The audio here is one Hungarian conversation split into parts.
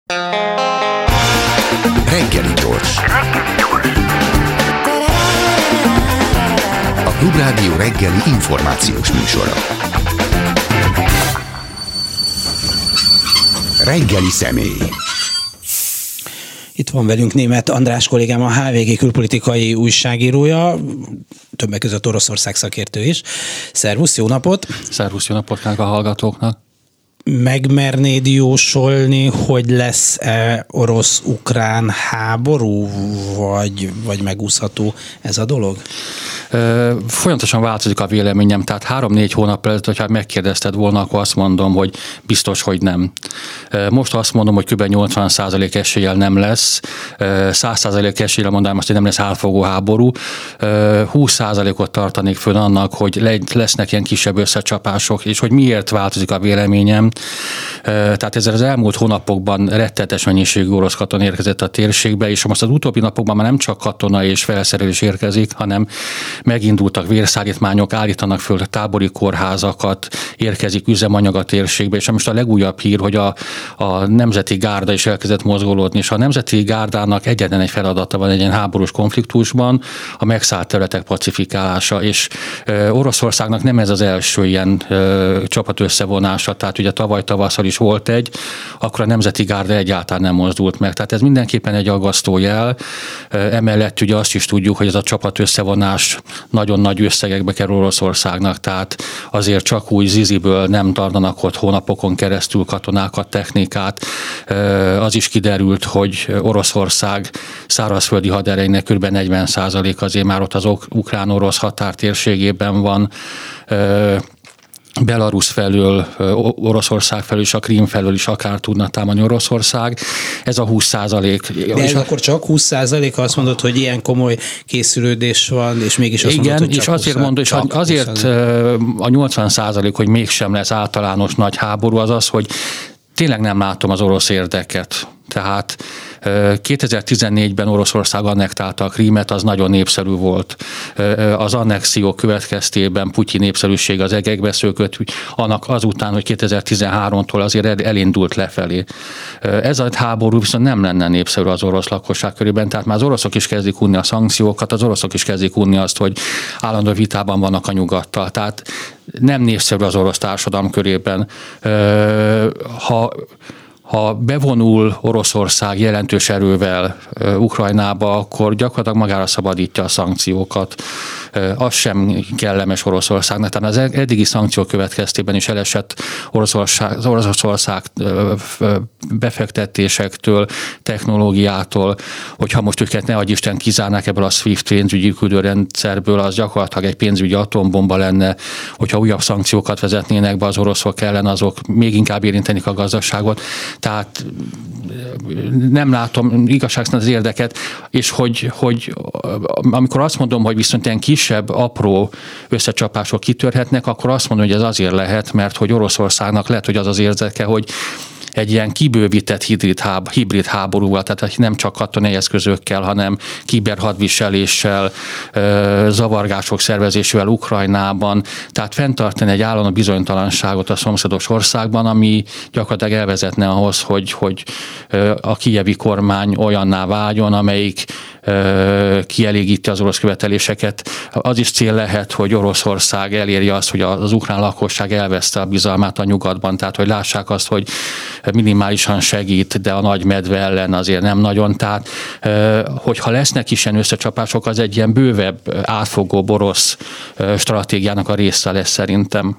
Reggeli gyors. A Klubrádió reggeli információs műsora. Reggeli személy. Itt van velünk Németh András kollégám, a HVG külpolitikai újságírója, többek között Oroszország szakértő is. Szervusz, jó napot! Szervusz, jó napot kívánok a hallgatóknak! Megmernéd jósolni, hogy lesz-e orosz-ukrán háború, vagy megúszható ez a dolog? Folyamatosan változik a véleményem, tehát 3-4 hónap előtt, hogyha megkérdezted volna, akkor azt mondom, hogy biztos, hogy nem. Most azt mondom, hogy kb. 80% eséllyel nem lesz, 100% eséllyel mondanám azt, hogy nem lesz átfogó háború, 20%-ot tartanék föl annak, hogy lesznek ilyen kisebb összecsapások, és hogy miért változik a véleményem. Tehát ezzel az elmúlt hónapokban rettenetes mennyiségű orosz katona érkezett a térségbe, és most az utóbbi napokban már nem csak katona és felszerelés érkezik, hanem megindultak vérszállítmányok, állítanak föl tábori kórházakat, érkezik üzemanyag a térségbe, és most a legújabb hír, hogy a Nemzeti Gárda is elkezdett mozgolódni, és a Nemzeti Gárdának egyetlen egy feladata van egy ilyen háborús konfliktusban, a megszállt területek pacifikálása, és Oroszországnak nem ez az első ilyen csapat összevonása, tehát ugye tavaly tavasszal is volt egy, akkor a Nemzeti Gárda egyáltalán nem mozdult meg. Tehát ez mindenképpen egy aggasztó jel. Emellett ugye azt is tudjuk, hogy ez a csapat összevonás nagyon nagy összegekbe kerül Oroszországnak, tehát azért csak úgy ziziből nem tartanak ott hónapokon keresztül katonákat, technikát. Az is kiderült, hogy Oroszország szárazföldi haderejének kb. 40% azért már ott az ukrán-orosz határtérségében van, Belarus felől, Oroszország felől és a Krím felől is akár tudna támadni Oroszország. Ez a 20%. De ez akkor csak 20%? Azt mondod, hogy ilyen komoly készülődés van, és mégis azt mondod, hogy csak és azért mondom, és azért a 80%, hogy mégsem lesz általános nagy háború, az, hogy tényleg nem látom az orosz érdeket. Tehát 2014-ben Oroszország annektálta a Krímet, az nagyon népszerű volt. Az annexió következtében Putyin népszerűség az egekbe szökött, annak azután, hogy 2013-tól azért elindult lefelé. Ez a háború viszont nem lenne népszerű az orosz lakosság körében, tehát már az oroszok is kezdik unni a szankciókat, az oroszok is kezdik unni azt, hogy állandó vitában vannak a nyugattal. Tehát nem népszerű az orosz társadalom körében. Ha bevonul Oroszország jelentős erővel Ukrajnába, akkor gyakorlatilag magára szabadítja a szankciókat. Az sem kellemes Oroszországnak. Tehát az eddigi szankciók következtében is elesett Oroszország befektetésektől, technológiától, hogyha most őket ne adj Isten kizárnák ebből a SWIFT pénzügyi küldőrendszerből, az gyakorlatilag egy pénzügyi atombomba lenne, hogyha újabb szankciókat vezetnének be az oroszok ellen, azok még inkább érintenik a gazdaságot. Tehát nem látom igazság szerint az érdeket, és hogy amikor azt mondom, hogy viszont ilyen kisebb, apró összecsapások kitörhetnek, akkor azt mondom, hogy ez azért lehet, mert hogy Oroszországnak lehet, hogy az az érzeke, hogy egy ilyen kibővített hibrid háborúval, tehát nem csak katonai eszközökkel, hanem kiberhadviseléssel, zavargások szervezésével Ukrajnában, tehát fenntartani egy állandó bizonytalanságot a szomszédos országban, ami gyakorlatilag elvezetne ahhoz, hogy a kijevi kormány olyanná váljon, amelyik kielégíti az orosz követeléseket. Az is cél lehet, hogy Oroszország elérje azt, hogy az ukrán lakosság elveszte a bizalmát a nyugatban, tehát hogy lássák azt, hogy minimálisan segít, de a nagy medve ellen azért nem nagyon. Tehát, hogyha lesznek is ilyen összecsapások, az egy ilyen bővebb, átfogóbb orosz stratégiának a része lesz szerintem.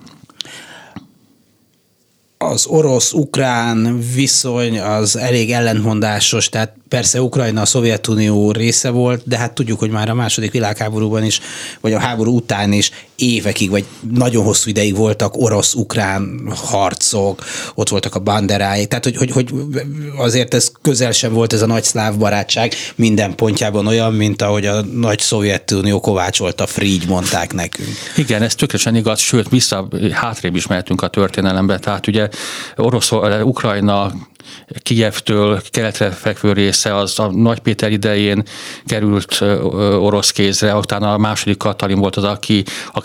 Az orosz-ukrán viszony az elég ellentmondásos, tehát persze Ukrajna a Szovjetunió része volt, de hát tudjuk, hogy már a második világháborúban is, vagy a háború után is évekig, vagy nagyon hosszú ideig voltak orosz-ukrán harcok, ott voltak a banderáik, tehát hogy azért ez közel sem volt ez a nagy szláv barátság minden pontjában olyan, mint ahogy a nagy Szovjetunió kovácsolta, Frigy mondták nekünk. Igen, ez tökéletesen igaz, sőt, hátrébb is mehetünk a történelembe, tehát ugye Ukrajna Kijevtől keletre fekvő része az a Nagy Péter idején került orosz kézre, utána a második Katalin volt az, aki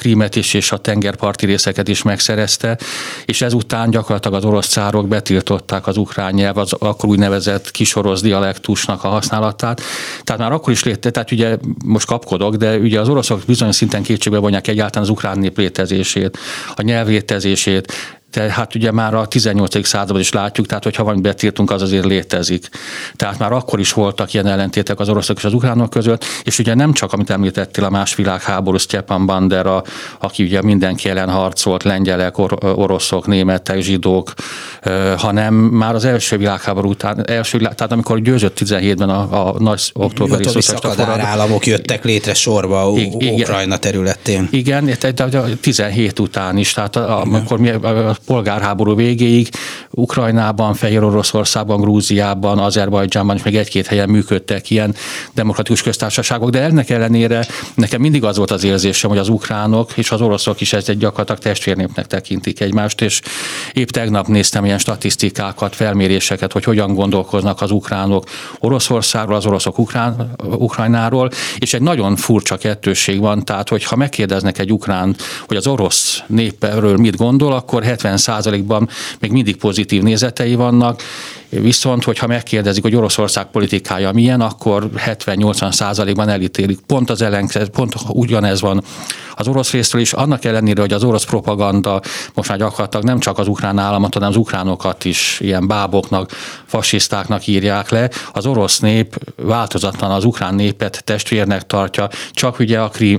Krímet is és a tengerparti részeket is megszerezte, és ezután gyakorlatilag az orosz cárok betiltották az ukrán nyelv, az akkor úgynevezett kis-orosz dialektusnak a használatát. Tehát már akkor is tehát ugye most kapkodok, de ugye az oroszok bizonyos szinten kétségbe vonják egyáltalán az ukrán nép létezését, a nyelv létezését, tehát ugye már a 18. században is látjuk, tehát hogyha valamit betiltunk, az azért létezik. Tehát már akkor is voltak ilyen ellentétek az oroszok és az ukránok között, és ugye nem csak, amit említettél, a más világháború, Sztyepan Bandera, aki ugye mindenki ellen harcolt, lengyelek, oroszok, németek, zsidók, hanem már az első világháború után, tehát amikor győzött 17-ben a nagy októberi szakadár államok jöttek létre sorba Ukrajna területén. Igen, de 17 után is, tehát amikor a polgárháború végéig Ukrajnában, Fehér Oroszországban, Grúziában, Azerbajdzsánban és még egy-két helyen működtek ilyen demokratikus köztársaságok, de ennek ellenére nekem mindig az volt az érzésem, hogy az ukránok és az oroszok is ezt egy gyakorlatilag testvérnépnek tekintik egymást, és épp tegnap néztem ilyen statisztikákat, felméréseket, hogy hogyan gondolkoznak az ukránok Oroszországról, az oroszok Ukrajnáról, és egy nagyon furcsa kettősség van, tehát hogyha megkérdeznek egy ukrán, hogy az orosz népről mit gondol, akkor 70%-ban még mindig pozitív nézetei vannak, viszont, hogyha megkérdezik, hogy Oroszország politikája milyen, akkor 70-80%-ban elítélik. Pont az ellenkező, pont ugyanez van az orosz részről is, annak ellenére, hogy az orosz propaganda most már gyakorlatilag nem csak az ukrán államot, hanem az ukránokat is ilyen báboknak, fasisztáknak írják le. Az orosz nép változatlan, az ukrán népet testvérnek tartja, csak ugye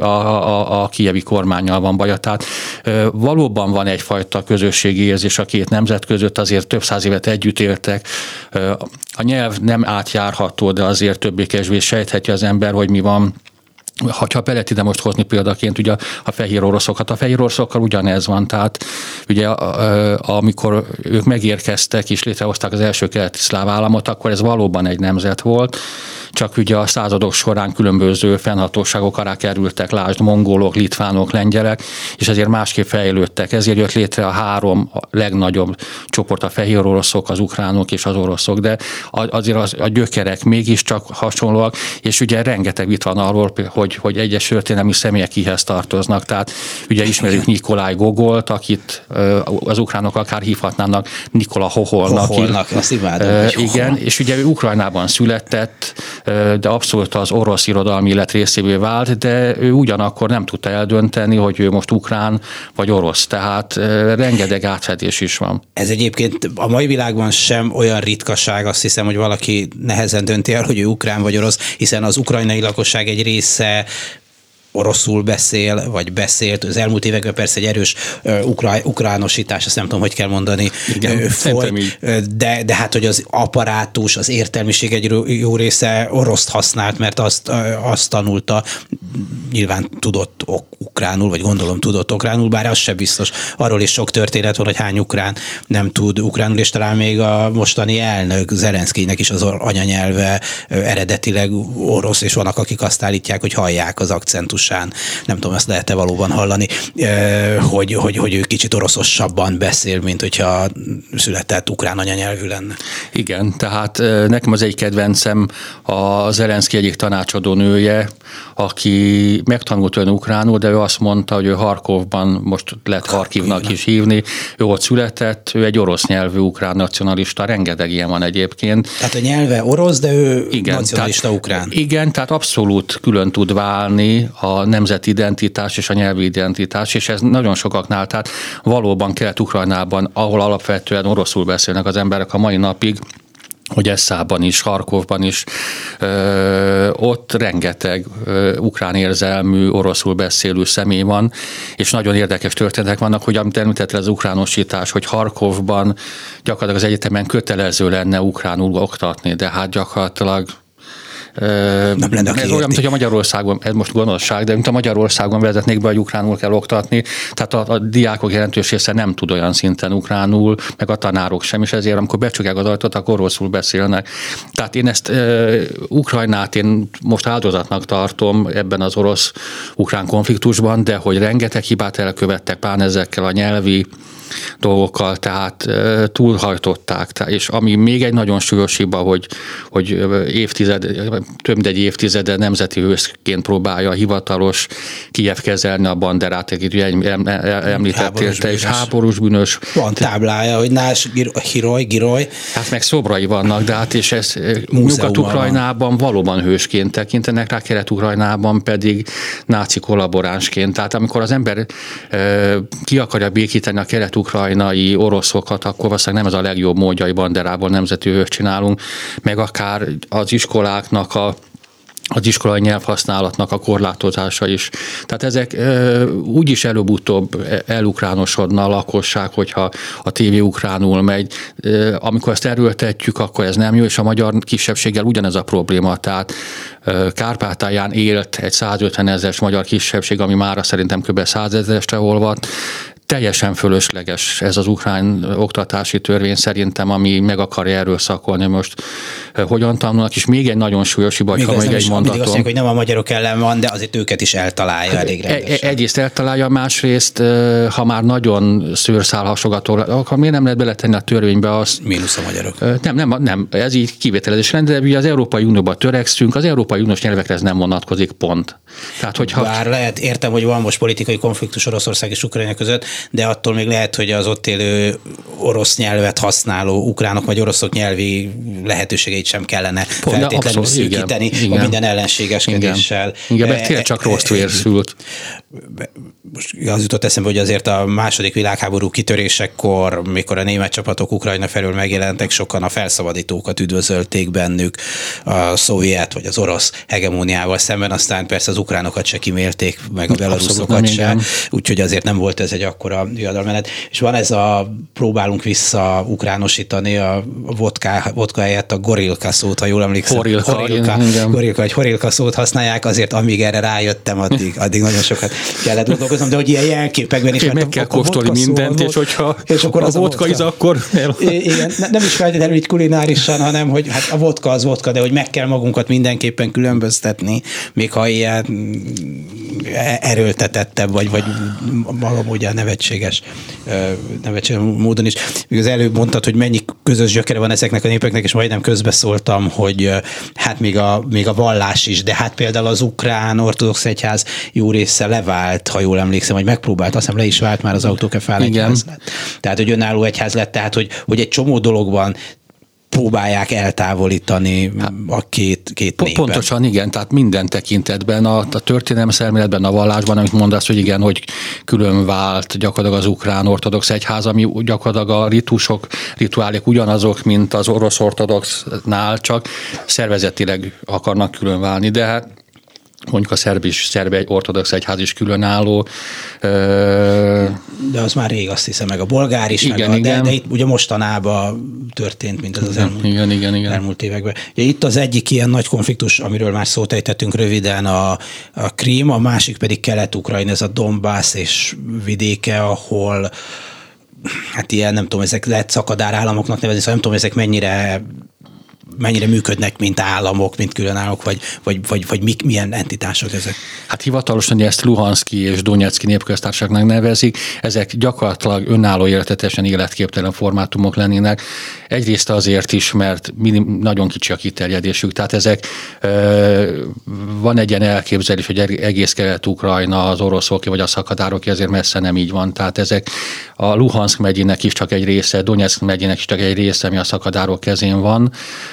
a kijevi kormánnyal van baja. Tehát valóban van egyfajta közösségi érzés a két nemzet között, azért több száz évet együtt éltek. A nyelv nem átjárható, de azért többé-kevésbé sejtheti az ember, hogy mi van. Ha Pellet ide most hozni példaként ugye a fehér oroszokat, a fehér oroszokkal ugyanez van, tehát ugye amikor ők megérkeztek és létrehozták az első keleti szláv államot, akkor ez valóban egy nemzet volt, csak ugye a századok során különböző fennhatóságok alá kerültek, lásd mongolok, litvánok, lengyelek, és ezért másképp fejlődtek. Ezért jött létre a három legnagyobb csoport, a fehér oroszok, az ukránok és az oroszok, de azért a gyökerek mégiscsak hasonlóak, és ugye rengeteg vita van arról, hogy egyes történelmi személyek kihez tartoznak. Tehát ugye ismerjük Nikolaj Gogolt, akit az ukránok akár hívhatnának Nikola Hoholnak. Hoholnak, azt imádom. Igen, és ugye ő Ukrajnában született, de abszolút az orosz irodalmi élet részévé vált, de ő ugyanakkor nem tudta eldönteni, hogy ő most ukrán vagy orosz, tehát rengeteg átfedés is van. Ez egyébként a mai világban sem olyan ritkaság, azt hiszem, hogy valaki nehezen dönti el, hogy ő ukrán vagy orosz, hiszen az ukrajnai lakosság egy része oroszul beszél, vagy beszélt. Az elmúlt években persze egy erős ukránosítás, azt nem tudom, hogy kell mondani, folyt, de hát, hogy az apparátus, az értelmiség egy jó része oroszt használt, mert azt tanulta, nyilván tudott ukránul, vagy gondolom tudott ukránul, bár az sem biztos. Arról is sok történet van, hogy hány ukrán nem tud ukránul, és talán még a mostani elnök Zelenszkijnek is az anyanyelve eredetileg orosz, és vannak, akik azt állítják, hogy hallják az akcentusán. Nem tudom, ezt lehet-e valóban hallani, hogy ő kicsit oroszosabban beszél, mint hogyha született ukrán anyanyelvű lenne. Igen, tehát nekem az egy kedvencem a Zelenszkij egyik tanácsadó nője, aki megtanult olyan ukránul, de ő azt mondta, hogy ő Harkovban, most lehet Harkivnak is hívni, ő ott született, ő egy orosz nyelvű ukrán nacionalista, rengeteg ilyen van egyébként. Tehát a nyelve orosz, de ő nacionalista ukrán. Igen, tehát abszolút külön tud válni a nemzeti identitás és a nyelvi identitás, és ez nagyon sokaknál, tehát valóban Kelet-Ukrajnában, ahol alapvetően oroszul beszélnek az emberek a mai napig, hogy Esszában is, Harkovban is, ott rengeteg ukrán érzelmű, oroszul beszélő személy van, és nagyon érdekes történetek vannak, hogy amit említettél az ukránosítás, hogy Harkovban gyakorlatilag az egyetemen kötelező lenne ukránul oktatni, de hát gyakorlatilag nem lenne, ez olyan, mint hogy a Magyarországon, ez most gonoszság, de mint a Magyarországon vezetnék be, hogy ukránul kell oktatni, tehát a diákok jelentős része nem tud olyan szinten ukránul, meg a tanárok sem, és ezért amikor becsukják az ajtót, akkor oroszul beszélnek. Tehát én ezt Ukrajnát én most áldozatnak tartom ebben az orosz-ukrán konfliktusban, de hogy rengeteg hibát elkövettek, pláne ezekkel a nyelvi dolgokkal, tehát túlhajtották. És ami még egy nagyon súlyos hiba, hogy több mint egy évtizede nemzeti hősként próbálja a hivatalos Kijev kezelni a Banderát, akit ugye említettél te, és háborús bűnös. Van táblája, hogy Nás Giroly. Hát meg szobrai vannak, de hát és ez Nyugat-Ukrajnában valóban hősként tekintenek rá, Kelet-Ukrajnában pedig náci kollaboránsként. Tehát amikor az ember ki akarja békíteni a kelet-ukrajnai oroszokat, akkor valószínűleg nem ez a legjobb módja, hogy Banderából nemzeti hőst csinálunk, meg akár az iskoláknak az iskolai nyelvhasználatnak a korlátozása is. Tehát ezek úgyis előbb-utóbb elukránosodna a lakosság, hogyha a tévé ukránul megy. Amikor ezt erőltetjük, akkor ez nem jó, és a magyar kisebbséggel ugyanez a probléma. Tehát Kárpátalján élt egy 150 000-es magyar kisebbség, ami mára szerintem kb. 100 000-esre olvadt. Teljesen fölösleges ez az ukrán oktatási törvény szerintem, ami meg akarja erőszakolni most, hogyan tanulnak, és még egy nagyon súlyos hiba, ha még egy mondatom. Mindig azt mondják, hogy nem a magyarok ellen van, de azért őket is eltalálja elég rendesen. Egyrészt eltalálja, másrészt, ha már nagyon szőrszálhasogató, akkor miért nem lehet beletenni a törvénybe azt? Mínusz a magyarok. Nem, ez így kivételezés lenne, de ugye az Európai Unióba törekszünk, az Európai Uniós nyelvekre ez nem vonatkozik, pont. Tehát, hogyha... Bár lehet, értem, hogy van most politikai konfliktus Oroszország és Ukrajna között, de attól még lehet, hogy az ott élő orosz nyelvet használó ukránok vagy oroszok nyelvi lehetőségeit sem kellene feltétlenül szűkíteni a minden ellenségeskedéssel. Igen, mert tényleg csak rossz vér szült. Most az jutott eszembe, hogy azért a második világháború kitörésekor, mikor a német csapatok Ukrajna felől megjelentek, sokan a felszabadítókat üdvözölték bennük a szovjet vagy az orosz hegemóniával szemben, aztán persze az ukránokat se kimélték, meg a belaruszokat se, úgyhogy azért nem volt ez egy akkora diadalmenet. És van ez a próbálunk visszaukránosítani a vodka helyett a gorilka szót, ha jól emlékszem. Horilka szót használják, azért amíg erre rájöttem, addig nagyon sokat kellett gondolkoznom, de hogy ilyen jelképekben is. Meg kell kóstolni mindent, és hogyha akkor a vodka íz, akkor... Igen, nem is feltétlenül így kulinárisan, hanem hogy hát a vodka az vodka, de hogy meg kell magunkat mindenképpen különböztetni, még ha ilyen erőltetettebb, vagy magam ugye nevetséges módon is. Az előbb mondtad, hogy mennyi közös gyökere van ezeknek a népeknek, és majdnem közbeszóltam, hogy hát még a vallás is, de hát például az ukrán ortodox egyház jó része levált, ha jól emlékszem, vagy megpróbált, azt hiszem le is vált már az autokefál egyház lett. Tehát, hogy önálló egyház lett, tehát, hogy egy csomó dologban próbálják eltávolítani a két népet. Pontosan, igen, tehát minden tekintetben, a történelmi szemléletben, a vallásban, amit mondasz, hogy igen, hogy külön vált gyakorlatilag az ukrán ortodox egyház, ami gyakorlatilag a rituálék ugyanazok, mint az orosz ortodoxnál, csak szervezetileg akarnak külön válni, de hát mondjuk a szerb egy ortodox egyház is különálló. De az már rég, azt hiszem, meg a bolgár is, igen, de itt ugye mostanában történt, mint az elmúlt években. Ugye itt az egyik ilyen nagy konfliktus, amiről már szót ejtettünk röviden, a Krím, a másik pedig Kelet-Ukrajna, ez a Donbass és vidéke, ahol hát ilyen, nem tudom, ezek lehet szakadárállamoknak nevezni, szóval nem tudom, ezek mennyire működnek, mint államok, mint különállók, vagy milyen entitások ezek? Hát hivatalosan ezt Luhanszki és Donetszki népköztársaságnak nevezik, ezek gyakorlatilag önálló életetesen életképtelen formátumok lennének. Egyrészt azért is, mert nagyon kicsi a kiterjedésük, tehát ezek van egy ilyen elképzelés, hogy egész Kelet-Ukrajna az oroszoké vagy a szakadároké, ezért messze nem így van. Tehát ezek a Luhanszk megyének is csak egy része, Donetszk megyének is csak egy része, ami a szakadárok kezén van.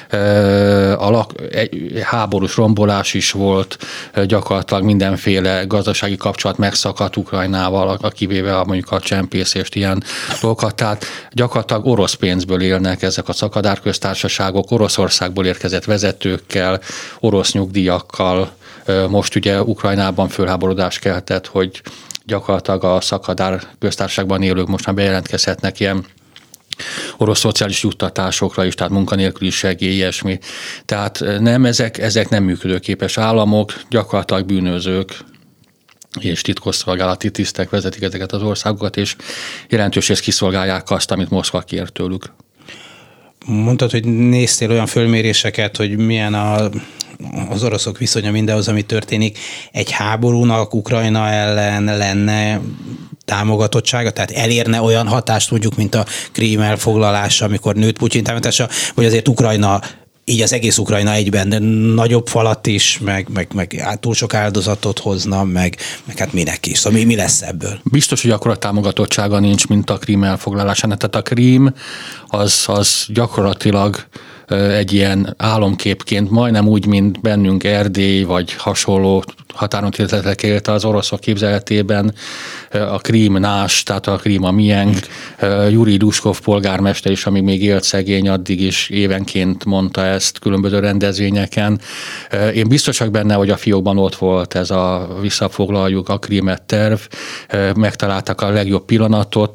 Háborús rombolás is volt, gyakorlatilag mindenféle gazdasági kapcsolat megszakadt Ukrajnával, kivéve mondjuk a csempészést, ilyen dolgokat. Tehát gyakorlatilag orosz pénzből élnek ezek a szakadárköztársaságok, Oroszországból érkezett vezetőkkel, orosz nyugdíjakkal. Most ugye Ukrajnában fölháborodás keltett, hogy gyakorlatilag a szakadár köztársaságban élők most már bejelentkezhetnek ilyen orosz szociális juttatásokra is, tehát munkanélküli segély, ilyesmi. Tehát nem, ezek nem működőképes államok, gyakorlatilag bűnözők és titkosszolgálati tisztek vezetik ezeket az országokat, és jelentős részt kiszolgálják azt, amit Moszkva kér tőlük. Mondtad, hogy néztél olyan fölméréseket, hogy milyen az oroszok viszonya mindenhoz, ami történik. Egy háborúnak Ukrajna ellen lenne támogatottsága, tehát elérne olyan hatást mondjuk, mint a Krím elfoglalása, amikor nőtt Putyin támogatása, vagy azért Ukrajna, így az egész Ukrajna egyben, de nagyobb falat is, meg túl sok áldozatot hozna, meg hát minek is. Szóval mi lesz ebből? Biztos, hogy akkora támogatottsága nincs, mint a Krím elfoglalásának. Tehát a Krím az gyakorlatilag egy ilyen álomképként, majdnem úgy, mint bennünk Erdély, vagy hasonló határon területek élte az oroszok képzeletében, a Krím nás, tehát a Krím a miénk. Jurij Duskov polgármester is, amíg még élt szegény, addig is évenként mondta ezt különböző rendezvényeken. Én biztos vagyok benne, hogy a fiókban ott volt ez a visszafoglaljuk a Krímet terv, megtalálták a legjobb pillanatot,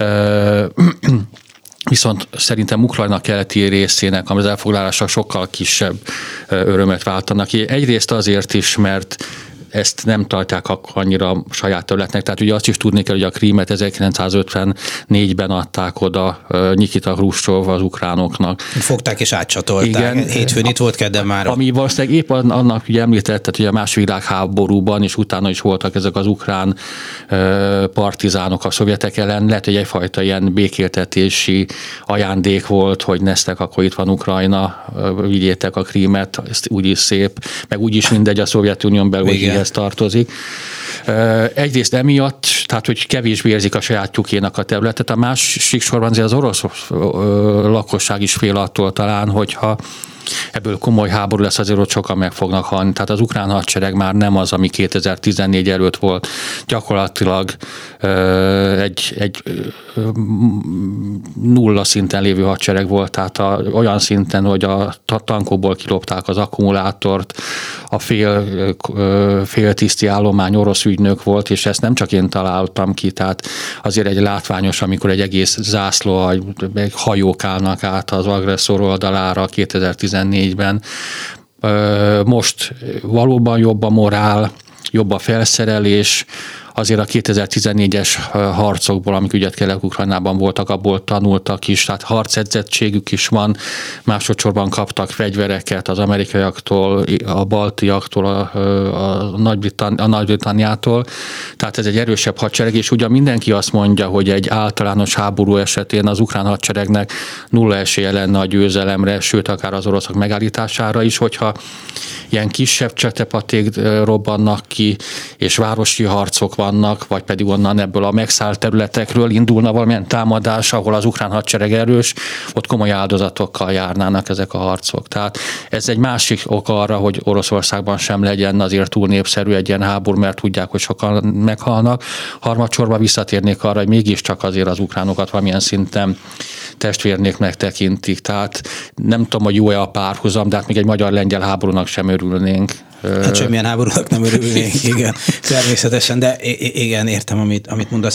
viszont szerintem Ukrajna keleti részének az elfoglalása sokkal kisebb örömet váltanak ki. Egyrészt azért is, mert ezt nem tartják annyira saját területnek. Tehát ugye azt is tudni kell, hogy a Krímet 1954-ben adták oda Nikita Hruscsov az ukránoknak. Fogták és átcsatolták. Igen. Hétfőn itt volt, kedden már. Ami valószínűleg épp annak ugye említetted, hogy a második világháborúban és utána is voltak ezek az ukrán partizánok a szovjetek ellen. Lehet, hogy egyfajta ilyen békéltetési ajándék volt, hogy neztek, akkor itt van Ukrajna, vigyétek a Krímet, ez úgyis szép, meg úgyis mindegy a Szovjetunión belül, ez tartozik. Egyrészt emiatt, tehát hogy kevésbé érzik a sajátjukénak a területet, a másik sorban azért az orosz lakosság is fél attól talán, hogyha ebből komoly háború lesz, azért ott sokan meg fognak halni. Tehát az ukrán hadsereg már nem az, ami 2014 előtt volt. Gyakorlatilag egy nulla szinten lévő hadsereg volt, tehát olyan szinten, hogy a tankokból kilopták az akkumulátort, a fél tiszti állomány orosz ügynök volt, és ezt nem csak én találtam ki, tehát azért egy látványos, amikor egy egész zászló, hajók állnak át az agresszor oldalára 2014-ben. Most valóban jobb a morál, jobb a felszerelés, azért a 2014-es harcokból, amik ugye Kelet-Ukrajnában voltak, abból tanultak is, tehát harcedzettségük is van, másodszorban kaptak fegyvereket az amerikaiaktól, a baltiaktól, a Nagy-Britanniától, tehát ez egy erősebb hadsereg, és ugye mindenki azt mondja, hogy egy általános háború esetén az ukrán hadseregnek nulla esélye lenne a győzelemre, sőt akár az oroszok megállítására is, hogyha ilyen kisebb csetepaték robbannak ki, és városi harcok vannak, vagy pedig onnan ebből a megszállt területekről indulna valamilyen támadás, ahol az ukrán hadsereg erős, ott komoly áldozatokkal járnának ezek a harcok. Tehát ez egy másik ok arra, hogy Oroszországban sem legyen azért túl népszerű egy ilyen háború, mert tudják, hogy sokan meghalnak. Harmadsorban visszatérnék arra, hogy mégiscsak azért az ukránokat valamilyen szinten testvérnéknek tekintik. Tehát nem tudom, hogy jó-e a párhuzam, de hát még egy magyar-lengyel háborúnak sem örülnénk. Hát semmilyen háborúnak nem örülnénk, igen, természetesen, de igen, értem, amit mondasz.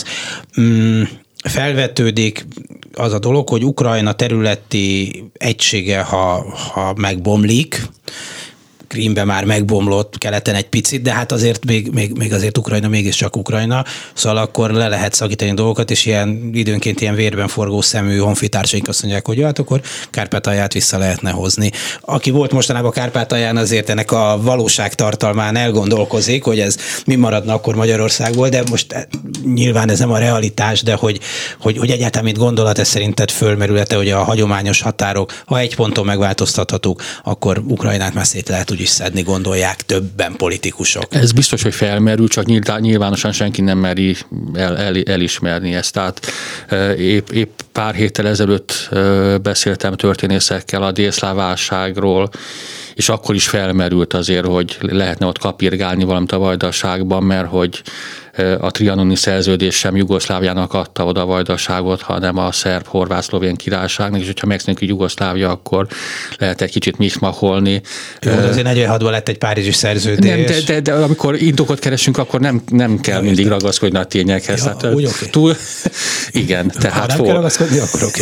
Felvetődik az a dolog, hogy Ukrajna területi egysége, ha megbomlik, Krímben már megbomlott, keleten egy picit, de hát azért még azért Ukrajna mégiscsak Ukrajna, szóval akkor le lehet szakítani dolgokat, és időnként ilyen vérben forgó szemű honfitársaink azt mondják, hogy hát akkor Kárpátalját vissza lehetne hozni. Aki volt mostanában Kárpátalján, azért ennek a valóságtartalmán elgondolkozik, hogy ez mi maradna akkor Magyarországból, de most nyilván ez nem a realitás, de hogy egyáltalán mint gondolat, ez szerinted fölmerülete, hogy a hagyományos határok, ha egy ponton megváltoztathatók, akkor Ukrajnát már szét lehet úgy is szedni, gondolják többen politikusok. Ez biztos, hogy felmerül, csak nyilvánosan senki nem meri elismerni ezt. Tehát épp pár héttel ezelőtt beszéltem történészekkel a délszláv válságról, és akkor is felmerült azért, hogy lehetne ott kapirgálni valamit a Vajdaságban, mert hogy a trianoni szerződés sem Jugoszláviának adta oda a Vajdaságot, hanem a szerb-horvát-szlovén királyságnak, és hogyha megszűnik Jugoszlávia, akkor lehet egy kicsit mismaholni. Jó, de azért 46-ban lett egy párizsi szerződés. Nem, de amikor indokot keresünk, akkor nem kell mindig ragaszkodni a tényekhez. Ja, hát, úgy okay. Igen, tehát ha nem kell ragaszkodni, akkor oké.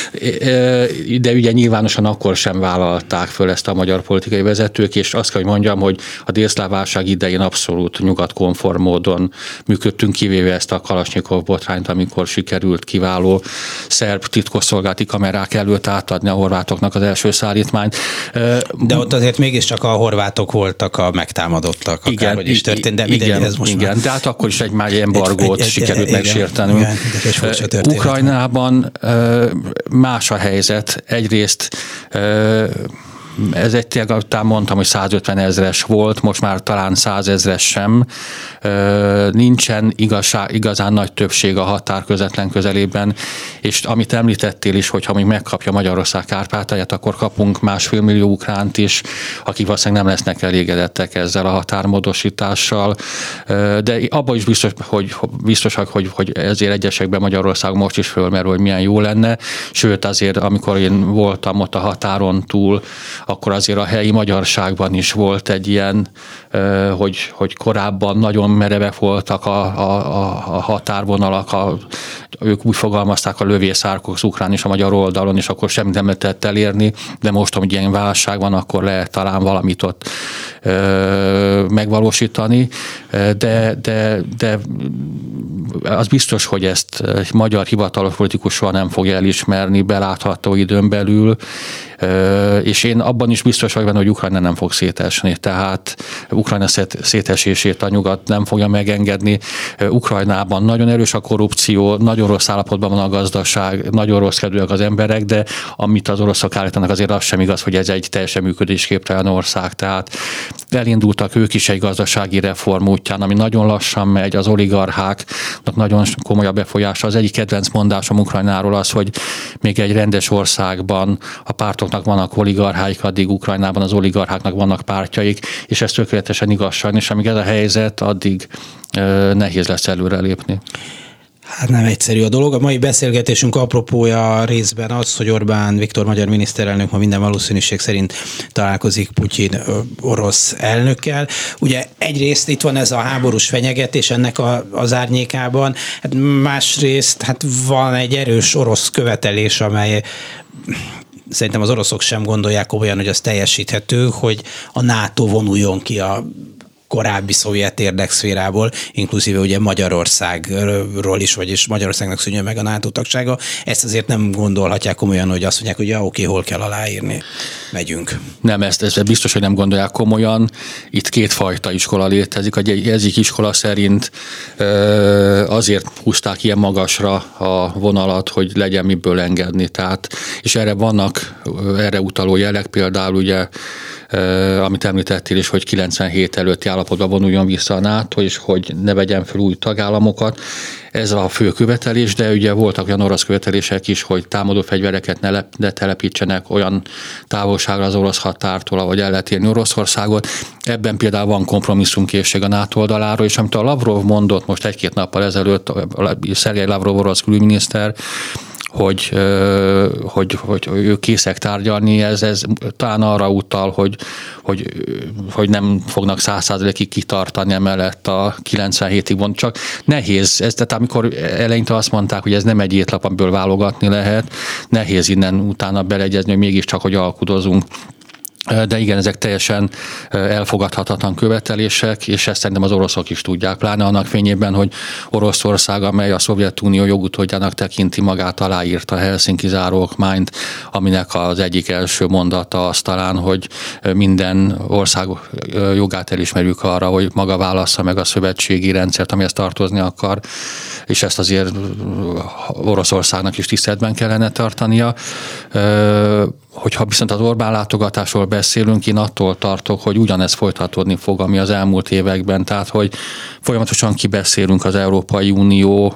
De ugye nyilvánosan akkor sem vállalták föl ezt a magyar politikai vezetők, és azt kell, hogy mondjam, hogy a délszláv válság idején abszolút nyugatkonform módon működtünk, kivéve ezt a Kalasnyikov botrányt, amikor sikerült kiváló szerb titkosszolgálati kamerák előtt átadni a horvátoknak az első szállítmányt. De ott azért mégiscsak a horvátok voltak a megtámadottak, akárhogy is történt, de mindegy, ez most igen, de hát akkor is egy embargót sikerült megsértenünk. Ukrajnában más a helyzet. Egyrészt ez egy tényleg, mondtam, hogy 150 000 volt, most már talán 100 000 sem. Nincsen igazán nagy többség a határ közvetlen közelében, és amit említettél is, hogyha még megkapja Magyarország Kárpátalját, akkor kapunk 1,5 millió ukránt is, akik valószínűleg nem lesznek elégedettek ezzel a határmódosítással. De abban is biztosak, hogy ezért egyesekben Magyarország most is fölmerül, hogy milyen jó lenne. Sőt, azért, amikor én voltam ott a határon túl, akkor azért a helyi magyarságban is volt egy ilyen, hogy korábban nagyon merevek voltak a határvonalak, ők úgy fogalmazták, a lövészárkok az ukrán és a magyar oldalon, és akkor semmit nem lehetett elérni, de most, hogy ilyen válság van, akkor lehet talán valamit ott megvalósítani, de az biztos, hogy ezt egy magyar hivatalos politikus soha nem fogja elismerni belátható időn belül, és én abban is biztos vagyok benne, hogy Ukrajna nem fog szétesni, tehát Ukrajna szétesését a nyugat nem fogja megengedni. Ukrajnában nagyon erős a korrupció, nagyon rossz állapotban van a gazdaság, nagyon rossz kedvűek az emberek, de amit az oroszok állítanak, azért az sem igaz, hogy ez egy teljesen működésképtelen ország, tehát elindultak ők is egy gazdasági reform útján, ami nagyon lassan megy, az oligarcháknak nagyon komoly a befolyása. Az egyik kedvenc mondásom Ukrajnáról az, hogy még egy rendes országban a pártoknak vannak oligarcháik, addig Ukrajnában az oligarcháknak vannak pártjaik, és ez tökéletesen igazság, és amíg ez a helyzet, addig nehéz lesz előrelépni. Hát nem egyszerű a dolog. A mai beszélgetésünk apropója részben az, hogy Orbán Viktor magyar miniszterelnök ma minden valószínűség szerint találkozik Putyin orosz elnökkel. Ugye egyrészt itt van ez a háborús fenyegetés ennek az árnyékában, hát másrészt hát van egy erős orosz követelés, amely szerintem az oroszok sem gondolják komolyan, hogy az teljesíthető, hogy a NATO vonuljon ki a korábbi szovjet érdekszférából, inkluzíve ugye Magyarországról is, vagyis Magyarországnak szűnjön meg a NATO tagsága. Ezt azért nem gondolhatják komolyan, hogy azt mondják, hogy ja, oké, hol kell aláírni. Megyünk. Nem, ezt biztos, hogy nem gondolják komolyan. Itt kétfajta iskola létezik. Egyik iskola szerint azért húzták ilyen magasra a vonalat, hogy legyen miből engedni. Tehát, és erre utaló jelek, például ugye amit említettél is, hogy 97 előtti állapotban vonuljon vissza a NATO, és hogy ne vegyen fel új tagállamokat. Ez a fő követelés, de ugye voltak olyan orosz követelések is, hogy támadó fegyvereket ne telepítsenek olyan távolságra az orosz határtól, ahogy el lehet érni Oroszországot. Ebben például van kompromisszumkészség a NATO oldaláról, és amit a Lavrov mondott most 1-2 nappal ezelőtt, Szergej Lavrov orosz külügyminiszter, hogy ők készek tárgyalni, ez talán arra utal, hogy nem fognak 100%-ig kitartani emellett a 97-ig von. Csak nehéz, tehát amikor eleinte azt mondták, hogy ez nem egy étlap, amiből válogatni lehet, nehéz innen utána beleegyezni, hogy mégiscsak, hogy alkudozunk. De igen, ezek teljesen elfogadhatatlan követelések, és ezt szerintem az oroszok is tudják, pláne annak fényében, hogy Oroszország, amely a Szovjetunió jogutódjának tekinti magát, aláírta a Helsinki záróokmányt, aminek az egyik első mondata az talán, hogy minden ország jogát elismerjük arra, hogy maga válassza meg a szövetségi rendszert, amihez tartozni akar, és ezt azért Oroszországnak is tiszteletben kellene tartania. Hogyha viszont az Orbán látogatásról beszélünk, én attól tartok, hogy ugyanez folytatódni fog, ami az elmúlt években, tehát hogy folyamatosan kibeszélünk az Európai Unió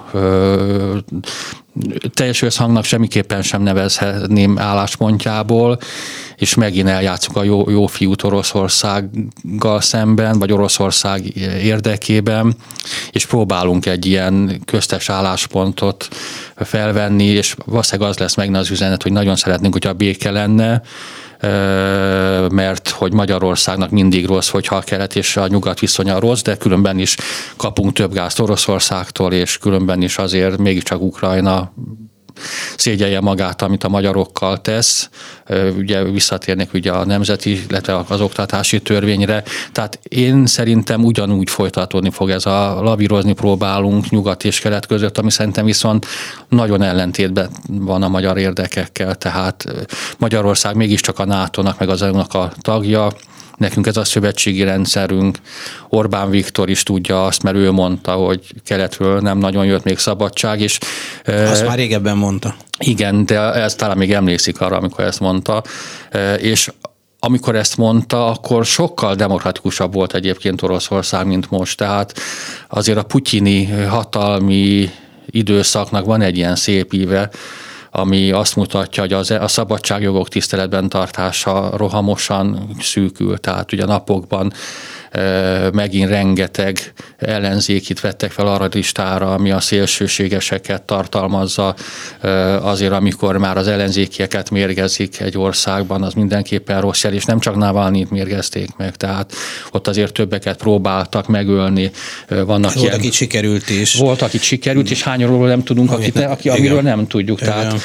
teljes összhangnak semmiképpen sem nevezhetném álláspontjából, és megint eljátszunk a jó fiút Oroszországgal szemben, vagy Oroszország érdekében, és próbálunk egy ilyen köztes álláspontot felvenni, és valószínűleg az lesz megint az üzenet, hogy nagyon szeretnénk, hogyha a béke lenne, mert hogy Magyarországnak mindig rossz, hogyha a kelet és a nyugat viszonya rossz, de különben is kapunk több gázt Oroszországtól, és különben is azért mégiscsak Ukrajna szégyelje magát, amit a magyarokkal tesz. Ugye visszatérnek ugye a nemzeti, illetve az oktatási törvényre. Tehát én szerintem ugyanúgy folytatódni fog ez a lavírozni próbálunk nyugat és kelet között, ami szerintem viszont nagyon ellentétben van a magyar érdekekkel. Tehát Magyarország mégiscsak a NATO-nak, meg az EU-nak a tagja, nekünk ez a szövetségi rendszerünk. Orbán Viktor is tudja azt, mert ő mondta, hogy keletről nem nagyon jött még szabadság. És, azt már régebben mondta. Igen, de ezt talán még emlékszik arra, amikor ezt mondta. És amikor ezt mondta, akkor sokkal demokratikusabb volt egyébként Oroszország, mint most. Tehát azért a putyini hatalmi időszaknak van egy ilyen szép íve, ami azt mutatja, hogy a szabadságjogok tiszteletben tartása rohamosan szűkül. Tehát ugye a napokban megint rengeteg ellenzékit vettek fel arra listára, ami a szélsőségeseket tartalmazza. Azért, amikor már az ellenzékieket mérgezik egy országban, az mindenképpen rossz jel, és nem csak Navalnyit mérgezték meg, tehát ott azért többeket próbáltak megölni. Volt, akit sikerült is. Volt, akit sikerült, és hányról nem tudunk, amiről nem tudjuk.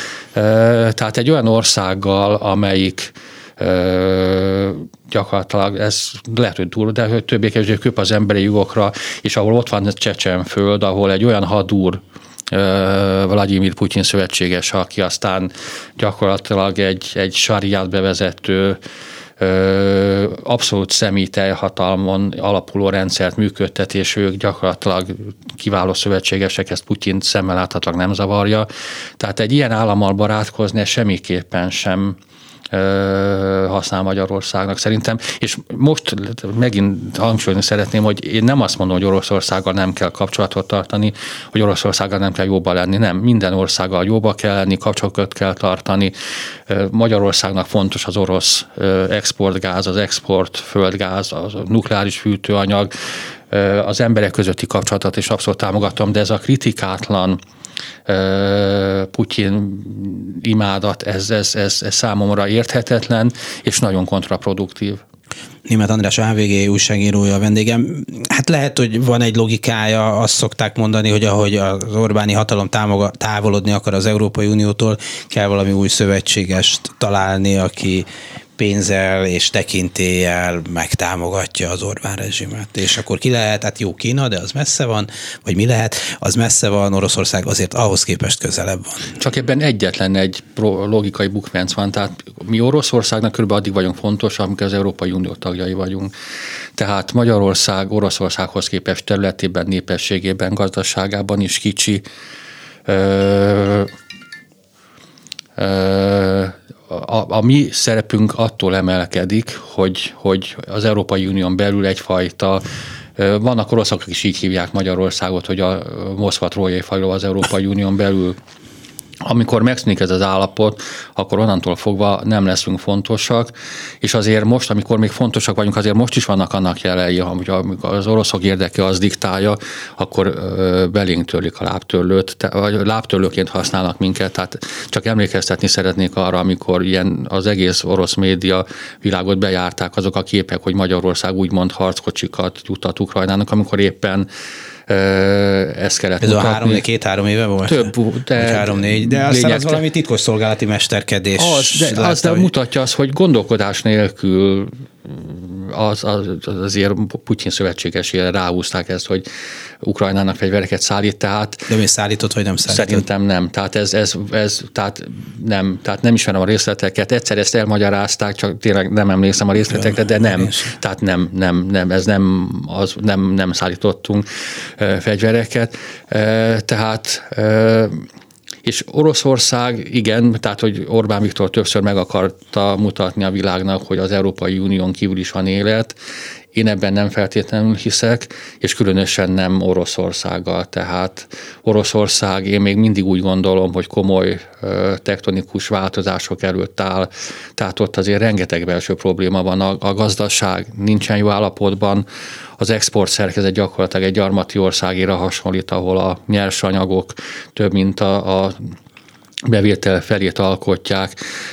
Tehát egy olyan országgal, amelyik gyakorlatilag ez lehet, hogy durva, de hogy többé-kevésbé köp az emberi jogokra, és ahol ott van Csecsenföld, ahol egy olyan hadúr, Vladimir Putyin szövetséges, aki aztán gyakorlatilag egy sariát bevezető, abszolút személyteljhatalmon alapuló rendszert működtet, és ők gyakorlatilag kiváló szövetségesek, ezt Putyin szemmel láthatólag nem zavarja. Tehát egy ilyen állammal barátkozni semmiképpen sem használ Magyarországnak szerintem. És most megint hangsúlyozni szeretném, hogy én nem azt mondom, hogy Oroszországgal nem kell kapcsolatot tartani, hogy Oroszországgal nem kell jóba lenni. Nem, minden országgal jóba kell lenni, kapcsolatot kell tartani. Magyarországnak fontos az orosz exportgáz, az export földgáz, a nukleáris fűtőanyag, az emberek közötti kapcsolatot is abszolút támogatom, de ez a kritikátlan Putyin imádat, ez számomra érthetetlen, és nagyon kontraproduktív. Németh András, AVG újságírója a vendégem. Hát lehet, hogy van egy logikája, azt szokták mondani, hogy ahogy az Orbáni hatalom távolodni akar az Európai Uniótól, kell valami új szövetségest találni, aki pénzzel és tekintéllyel megtámogatja az Orbán rezsimet. És akkor ki lehet? Hát jó, Kína, de az messze van, vagy mi lehet? Az messze van, Oroszország azért ahhoz képest közelebb van. Csak ebben egyetlen egy logikai bukfenc van, tehát mi Oroszországnak körülbelül addig vagyunk fontos, amikor az Európai Unió tagjai vagyunk. Tehát Magyarország Oroszországhoz képest területében, népességében, gazdaságában is kicsi. A mi szerepünk attól emelkedik, hogy az Európai Unión belül egyfajta, vannak oroszok, akik is így hívják Magyarországot, hogy a Moszkva trójai faló az Európai Unión belül. Amikor megszűnik ez az állapot, akkor onnantól fogva nem leszünk fontosak, és azért most, amikor még fontosak vagyunk, azért most is vannak annak jelei, hogy amikor az oroszok érdeke az diktálja, akkor belénk törlik a lábtörlőt, vagy lábtörlőként használnak minket, tehát csak emlékeztetni szeretnék arra, amikor ilyen az egész orosz média világot bejárták azok a képek, hogy Magyarország úgymond harckocsikat juttat Ukrajnának, amikor éppen ezt kellett ez mutatni. Ez a 2-3 éve volt? Több, de 3-4, de aztán az valami titkosszolgálati mesterkedés. Az de mutatja azt, hogy gondolkodás nélkül azért Putyin szövetségesére ráhúzták ezt, hogy Ukrajnának fegyvereket szállít, tehát... De mi szállított, vagy nem szállított? Szerintem nem. Tehát nem ismerem a részleteket. Egyszer ezt elmagyarázták, csak tényleg nem emlékszem a részletekre, de nem. Tehát nem szállítottunk fegyvereket. Tehát... És Oroszország, igen, tehát hogy Orbán Viktor többször meg akarta mutatni a világnak, hogy az Európai Unión kívül is van élet. Én ebben nem feltétlenül hiszek, és különösen nem Oroszországgal. Tehát Oroszország, én még mindig úgy gondolom, hogy komoly tektonikus változások előtt áll. Tehát ott azért rengeteg belső probléma van. A gazdaság nincsen jó állapotban, az export szerkezet gyakorlatilag egy gyarmati országira hasonlít, ahol a nyersanyagok több mint a bevétel felét alkotják.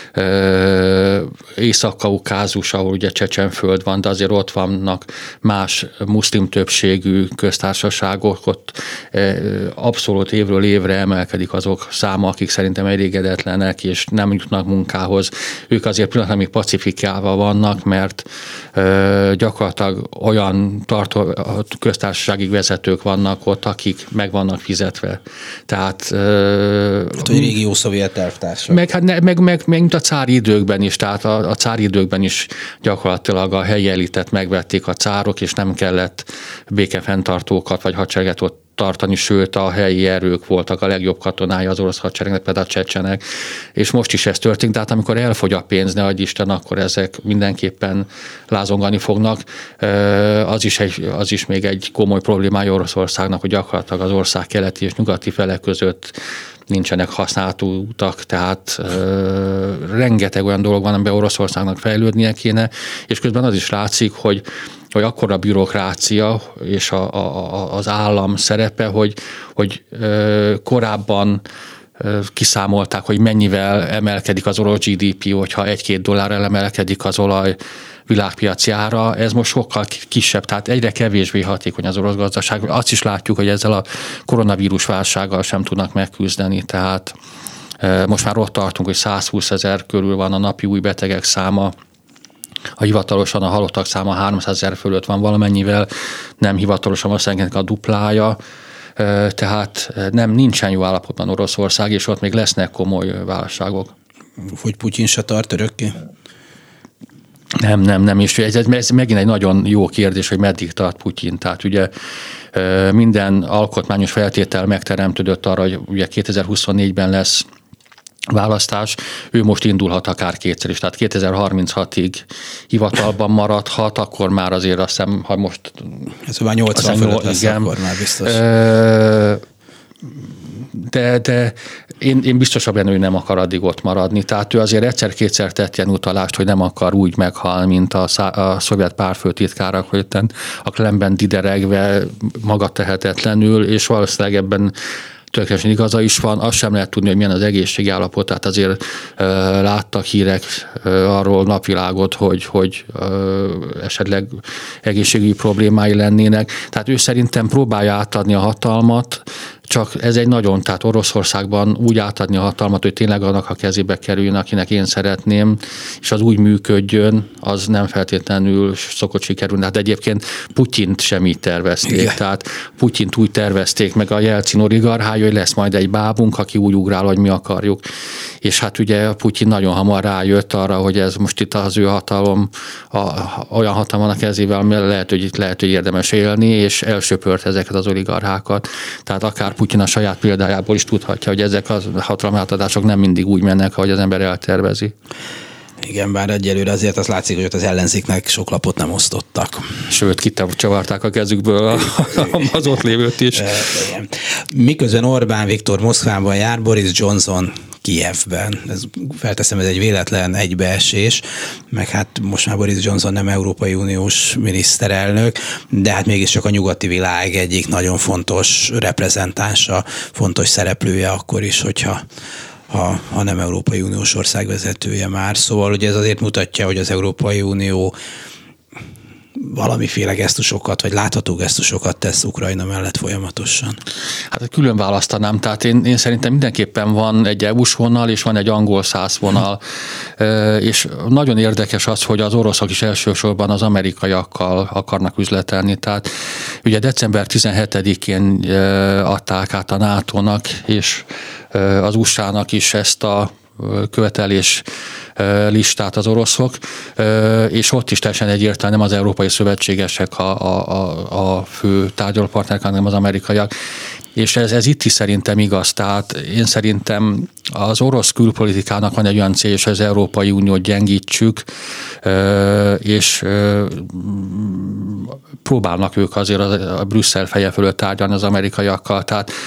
Észak-Kaukázus, ahol ugye Csecsenföld van, de azért ott vannak más muszlim többségű köztársaságok, ott abszolút évről évre emelkedik azok száma, akik szerintem elégedetlenek és nem jutnak munkához. Ők azért pillanatban még pacifikálva vannak, mert gyakorlatilag olyan köztársasági vezetők vannak ott, akik meg vannak fizetve. Tehát hogy régió szovjet elvtársak. Meg mint a cári időkben is, tehát a cári időkben is gyakorlatilag a helyi elitet megvették a cárok, és nem kellett békefenntartókat vagy hadsereget ott tartani, sőt a helyi erők voltak a legjobb katonái az orosz hadseregnek, például a csecsenek, és most is ez történik, tehát amikor elfogy a pénz, ne adj Isten, akkor ezek mindenképpen lázongani fognak. Az is még egy komoly problémája Oroszországnak, hogy gyakorlatilag az ország keleti és nyugati fele között nincsenek használható utak, tehát rengeteg olyan dolog van, amiben Oroszországnak fejlődnie kéne, és közben az is látszik, hogy akkora bürokrácia és az állam szerepe, hogy korábban kiszámolták, hogy mennyivel emelkedik az orosz GDP, hogyha $1-2 emelkedik az olaj világpiaci ára, ez most sokkal kisebb, tehát egyre kevésbé hatékony az orosz gazdaság. Azt is látjuk, hogy ezzel a koronavírus válsággal sem tudnak megküzdeni, tehát most már ott tartunk, hogy 120 000 körül van a napi új betegek száma, hivatalosan a halottak száma 300 000 fölött van valamennyivel, nem hivatalosan valószínűleg a duplája, tehát nincsen jó állapotban Oroszország, és ott még lesznek komoly válságok. Hogy Putyin se tart örökké? Nem, és ez megint egy nagyon jó kérdés, hogy meddig tart Putyin. Tehát ugye minden alkotmányos feltétel megteremtődött arra, hogy ugye 2024-ben lesz választás, ő most indulhat akár kétszer is, tehát 2036-ig hivatalban maradhat, akkor már azért azt hiszem, ha most... Ez már 80 fölött lesz, akkor már biztos. De én biztosabb benne, hogy nem akar addig ott maradni. Tehát ő azért egyszer-kétszer tett ilyen utalást, hogy nem akar úgy meghalni, mint a szovjet párfőtitkárak, hogy a Kremlben dideregve magatehetetlenül, és valószínűleg ebben tökéletesen igaza is van, azt sem lehet tudni, hogy milyen az egészségi állapot, tehát azért láttak hírek arról napvilágot, hogy esetleg egészségügyi problémái lennének. Tehát ő szerintem próbálja átadni a hatalmat, csak ez egy nagyon, tehát Oroszországban úgy átadni a hatalmat, hogy tényleg annak a kezébe kerüljön, akinek én szeretném, és az úgy működjön, az nem feltétlenül szokott sikerülni. Hát egyébként Putyint sem így tervezték. Igen. Tehát Putyint úgy tervezték meg a Jelcin oligarchája, hogy lesz majd egy bábunk, aki úgy ugrál, hogy mi akarjuk. És hát ugye Putyin nagyon hamar rájött arra, hogy ez most itt az ő hatalom, olyan hatalom a kezével, ami lehet, hogy érdemes élni, és elsöpört ezeket az oligarchákat. Tehát akár Putyin a saját példájából is tudhatja, hogy ezek a hatalomátadások nem mindig úgy mennek, ahogy az ember eltervezi. Igen, bár egyelőre azért az látszik, hogy ott az ellenzéknek sok lapot nem osztottak. Sőt, csavarták a kezükből az ott lévőt is. Igen. Miközben Orbán Viktor Moszkvában jár, Boris Johnson Kijevben. Felteszem, ez egy véletlen egybeesés, meg hát most már Boris Johnson nem Európai Uniós miniszterelnök, de hát mégiscsak a nyugati világ egyik nagyon fontos reprezentánsa, fontos szereplője akkor is, hogyha nem Európai Uniós ország vezetője már. Szóval ugye ez azért mutatja, hogy az Európai Unió valamiféle gesztusokat, vagy látható gesztusokat tesz Ukrajna mellett folyamatosan. Hát külön választanám, tehát én szerintem mindenképpen van egy EU-s vonal, és van egy angol száz vonal, és nagyon érdekes az, hogy az oroszok is elsősorban az amerikaiakkal akarnak üzletelni, tehát ugye december 17-én adták át a NATO-nak, és az USA-nak is ezt a követelés listát az oroszok, és ott is teljesen egyértelműen nem az európai szövetségesek a fő tárgyalópartnerek, hanem az amerikaiak. És ez itt is szerintem igaz. Tehát én szerintem az orosz külpolitikának van egy olyan célja, hogy az Európai Uniót gyengítsük, és próbálnak ők azért a Brüsszel feje fölött tárgyalni az amerikaiakkal. Tehát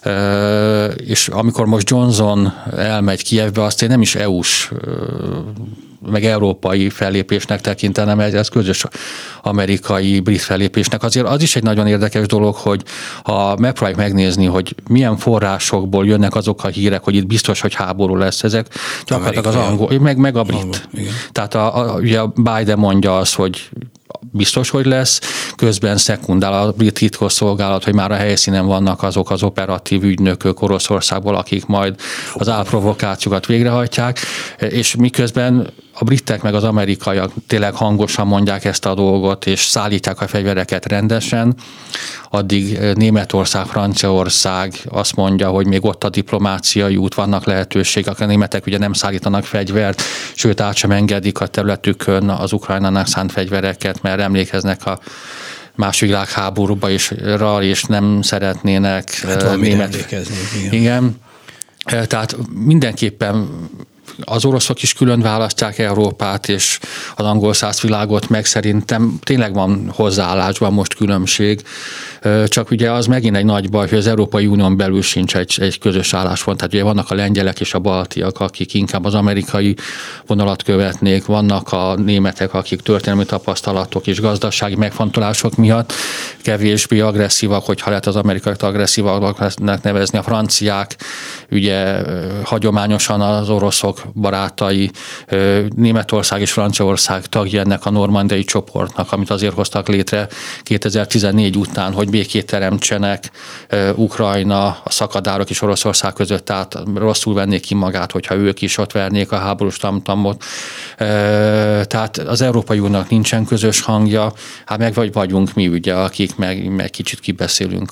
És amikor most Johnson elmegy Kijevbe, azt én nem is EU-s meg európai fellépésnek tekintenem, ez közös amerikai-brit fellépésnek. Azért az is egy nagyon érdekes dolog, hogy ha megpróbáljuk megnézni, hogy milyen forrásokból jönnek azok a hírek, hogy itt biztos, hogy háború lesz, ezek gyakorlatilag az angol, meg a brit. Tehát ugye Biden mondja azt, hogy biztos, hogy lesz, közben szekundál a brit titkosszolgálat, hogy már a helyszínen vannak azok az operatív ügynökök Oroszországból, akik majd az álprovokációkat végrehajtják, és miközben a britek meg az amerikaiak tényleg hangosan mondják ezt a dolgot, és szállítják a fegyvereket rendesen, addig Németország, Franciaország azt mondja, hogy még ott a diplomáciai út, vannak lehetőségek. A németek ugye nem szállítanak fegyvert, sőt át sem engedik a területükön az Ukrajnának szánt fegyvereket, mert emlékeznek a második világháborúba és nem szeretnének német. Igen. Tehát mindenképpen az oroszok is külön választják Európát és az angol száz világot, meg szerintem tényleg van hozzáállásban most különbség, csak ugye az megint egy nagy baj, hogy az Európai Unión belül sincs egy közös álláspont. Tehát ugye vannak a lengyelek és a baltiak, akik inkább az amerikai vonalat követnék, vannak a németek, akik történelmi tapasztalatok és gazdasági megfontolások miatt kevésbé agresszívak, hogyha lehet az amerikaiak agresszívaknak nevezni, a franciák, ugye hagyományosan az oroszok barátai, Németország és Franciaország tagja ennek a normandiai csoportnak, amit azért hoztak létre 2014 után, hogy békét teremtsenek Ukrajna, a szakadárok és Oroszország között, tehát rosszul vennék ki magát, hogyha ők is ott vernék a háborús tamtamot. Tehát az Európai Uniónak nincsen közös hangja, hát meg vagyunk mi ugye, akik meg kicsit kibeszélünk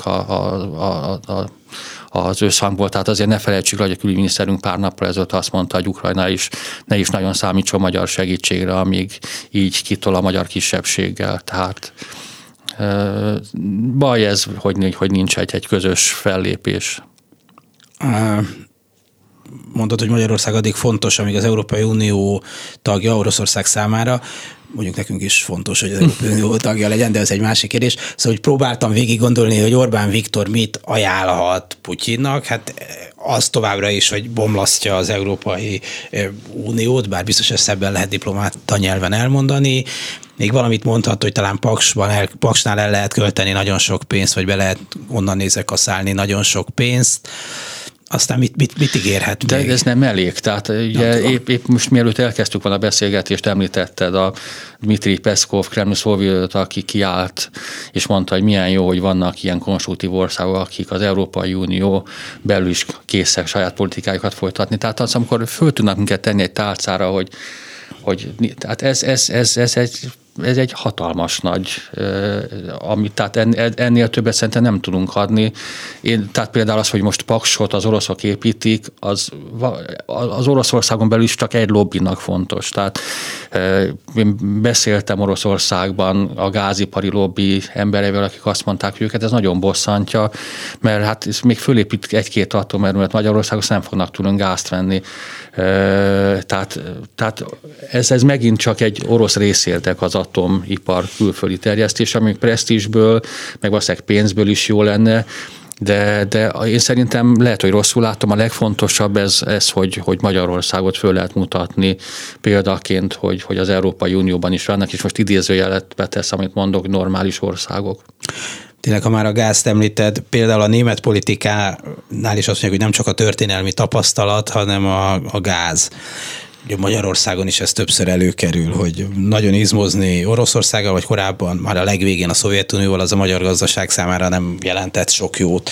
az összhangból. Tehát azért ne felejtsük, hogy a külügyminiszterünk pár nappal ezelőtt azt mondta, hogy Ukrajna is ne is nagyon számítson magyar segítségre, amíg így kitol a magyar kisebbséggel. Tehát baj ez, hogy nincs egy közös fellépés. Mondod, hogy Magyarország addig fontos, amíg az Európai Unió tagja Oroszország számára. Mondjuk nekünk is fontos, hogy az Európai Unió tagja legyen, de ez egy másik kérdés. Szóval, hogy próbáltam végig gondolni, hogy Orbán Viktor mit ajánlhat Putyinnak, hát az továbbra is, hogy bomlasztja az Európai Uniót, bár biztos ezt szebben lehet diplomáta nyelven elmondani. Még valamit mondhat, hogy talán Paksnál el lehet költeni nagyon sok pénzt, vagy be lehet onnan nézve kaszálni nagyon sok pénzt. Aztán mit ígérhet de még? De ez nem elég. Tehát ugye épp most mielőtt elkezdtük volna a beszélgetést, említetted a Dmitri Peszkov, Kreml szóvivőt, aki kiállt, és mondta, hogy milyen jó, hogy vannak ilyen konstruktív országok, akik az Európai Unió belül is készek saját politikájukat folytatni. Tehát az, amikor föl tudnak minket tenni egy tálcára, hogy tehát ez egy hatalmas nagy, tehát ennél többet szerintem nem tudunk adni. Tehát például az, hogy most Paksot az oroszok építik, az Oroszországon belül is csak egy lobbinak fontos. Tehát én beszéltem Oroszországban a gázipari lobby embereivel, akik azt mondták, hogy őket ez nagyon bosszantja, mert hát még fölépít egy-két atomerőmet Magyarországon, nem fognak tudni gázt venni. Tehát ez megint csak egy orosz részérdek az atomipar külföldi terjesztés, ami presztízsből, meg valószínűleg pénzből is jó lenne, de én szerintem lehet, hogy rosszul látom, a legfontosabb ez hogy Magyarországot föl lehet mutatni példaként, hogy az Európai Unióban is vannak, és most idézőjelet betesz, amit mondok, normális országok. Tényleg, ha már a gázt említed, például a német politikánál is azt mondják, hogy nem csak a történelmi tapasztalat, hanem a gáz. Ugye Magyarországon is ez többször előkerül, hogy nagyon izmozni Oroszországgal, vagy korábban már a legvégén a Szovjetunióval, az a magyar gazdaság számára nem jelentett sok jót.